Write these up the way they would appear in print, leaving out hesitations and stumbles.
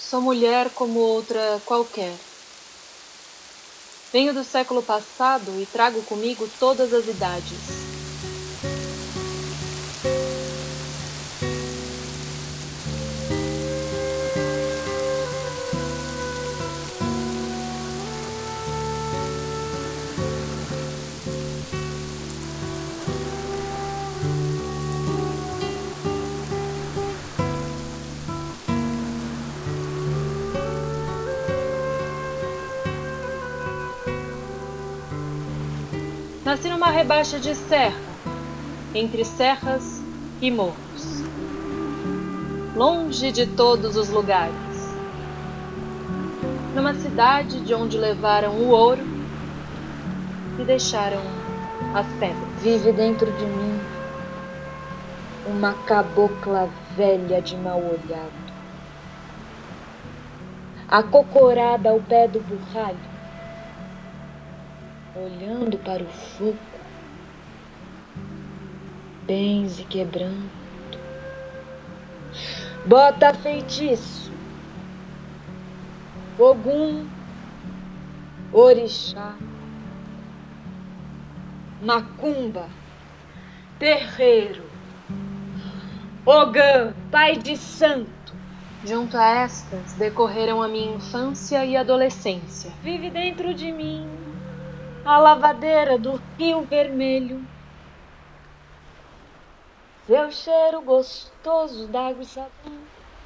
Sou mulher como outra qualquer. Venho do século passado e trago comigo todas as idades. Nasci numa rebaixa de serra, entre serras e morros, longe de todos os lugares. Numa cidade de onde levaram o ouro e deixaram as pedras. Vive dentro de mim uma cabocla velha de mal olhado, acocorada ao pé do burralho, olhando para o fogo, benze quebrando, bota feitiço, Ogum, orixá, macumba, terreiro, Ogã, pai de santo. Junto a estas decorreram a minha infância e adolescência. Vive dentro de mim a lavadeira do Rio Vermelho, seu cheiro gostoso d'água e sabão,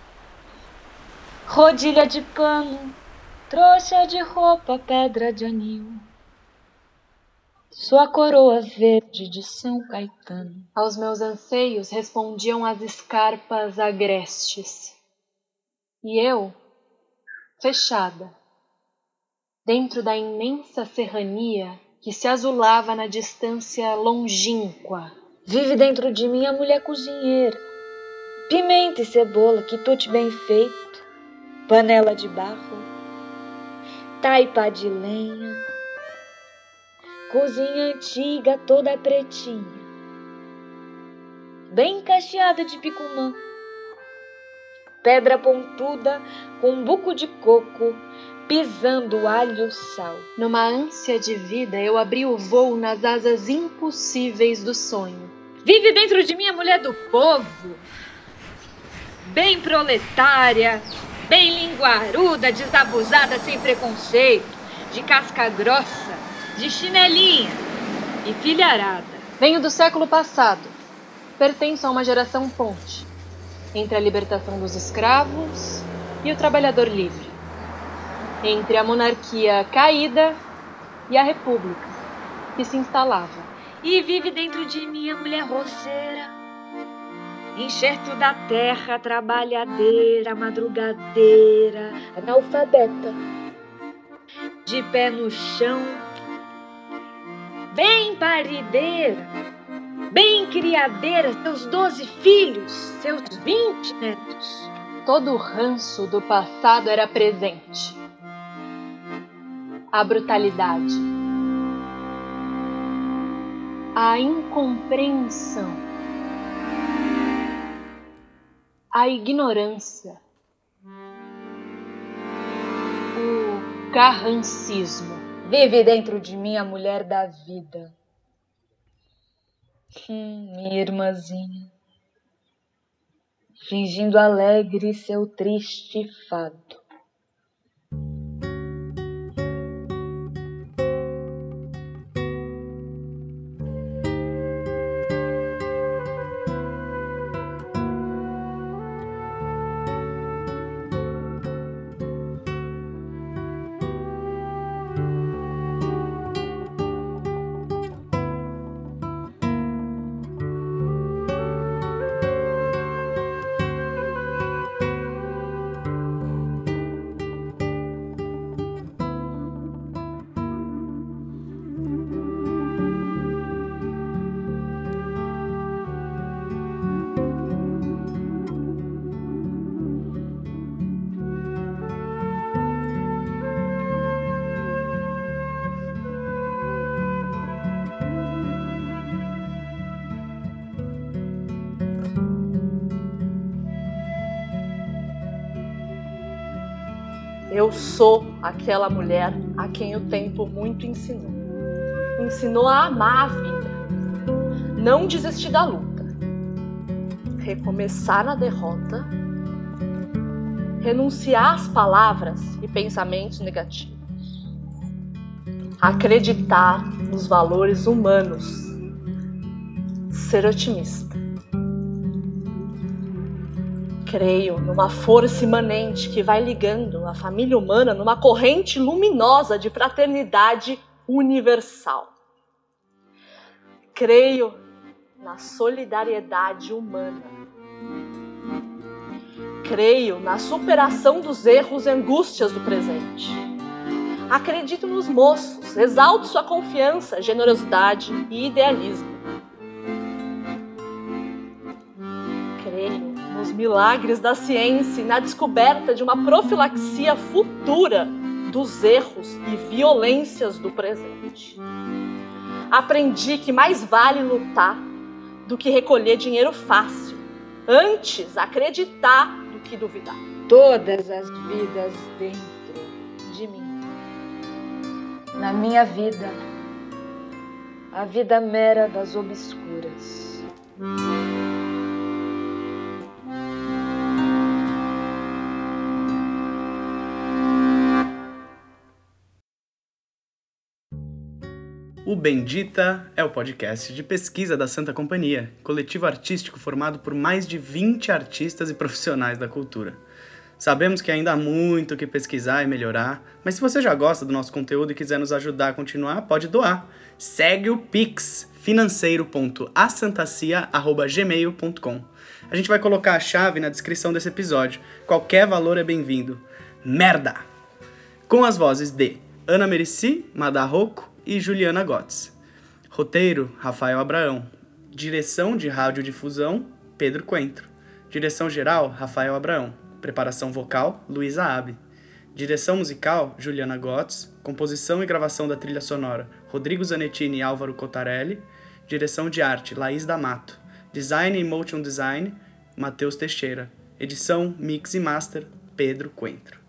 rodilha de pano, trouxa de roupa, pedra de anil, sua coroa verde de São Caetano. Aos meus anseios respondiam as escarpas agrestes. E eu, fechada, dentro da imensa serrania que se azulava na distância longínqua. Vive dentro de mim a mulher cozinheira, pimenta e cebola, quitute bem feito, panela de barro, taipa de lenha, cozinha antiga toda pretinha, bem cacheada de picumã, pedra pontuda com buco de coco, pisando alho e sal. Numa ânsia de vida, eu abri o voo nas asas impossíveis do sonho. Vive dentro de mim a mulher do povo, bem proletária, bem linguaruda, desabusada, sem preconceito, de casca grossa, de chinelinha e filharada. Venho do século passado. Pertenço a uma geração ponte entre a libertação dos escravos e o trabalhador livre, entre a monarquia caída e a república que se instalava. E vive dentro de mim a mulher roceira, enxerto da terra, trabalhadeira, madrugadeira, analfabeta, de pé no chão, bem parideira, bem criadeira, seus 12 filhos, seus 20 netos. Todo o ranço do passado era presente. A brutalidade, a incompreensão, a ignorância, o carrancismo. Vive dentro de mim a mulher da vida. Minha irmãzinha, fingindo alegre seu triste fado. Eu sou aquela mulher a quem o tempo muito ensinou. Ensinou a amar a vida, não desistir da luta, recomeçar na derrota, renunciar às palavras e pensamentos negativos, acreditar nos valores humanos, ser otimista. Creio numa força imanente que vai ligando a família humana numa corrente luminosa de fraternidade universal. Creio na solidariedade humana. Creio na superação dos erros e angústias do presente. Acredito nos moços, exalto sua confiança, generosidade e idealismo. Creio nos milagres da ciência e na descoberta de uma profilaxia futura dos erros e violências do presente. Aprendi que mais vale lutar do que recolher dinheiro fácil. Antes, acreditar do que duvidar. Todas as vidas dentro de mim. Na minha vida, a vida mera das obscuras. O Bendita é o podcast de pesquisa da Santa Companhia, coletivo artístico formado por mais de 20 artistas e profissionais da cultura. Sabemos que ainda há muito o que pesquisar e melhorar, mas se você já gosta do nosso conteúdo e quiser nos ajudar a continuar, pode doar. Segue o Pix, financeiro.asantacia@gmail.com. A gente vai colocar a chave na descrição desse episódio. Qualquer valor é bem-vindo. Merda! Com as vozes de Ana Merici, Madar Rocco e Juliana Gotts. Roteiro, Rafael Abraão. Direção de radiodifusão, Pedro Coentro. Direção geral, Rafael Abraão. Preparação vocal, Luísa Abbe. Direção musical, Juliana Gotts. Composição e gravação da trilha sonora, Rodrigo Zanettini e Álvaro Cotarelli. Direção de arte, Laís D'Amato. Design e motion design, Matheus Teixeira. Edição, mix e master, Pedro Coentro.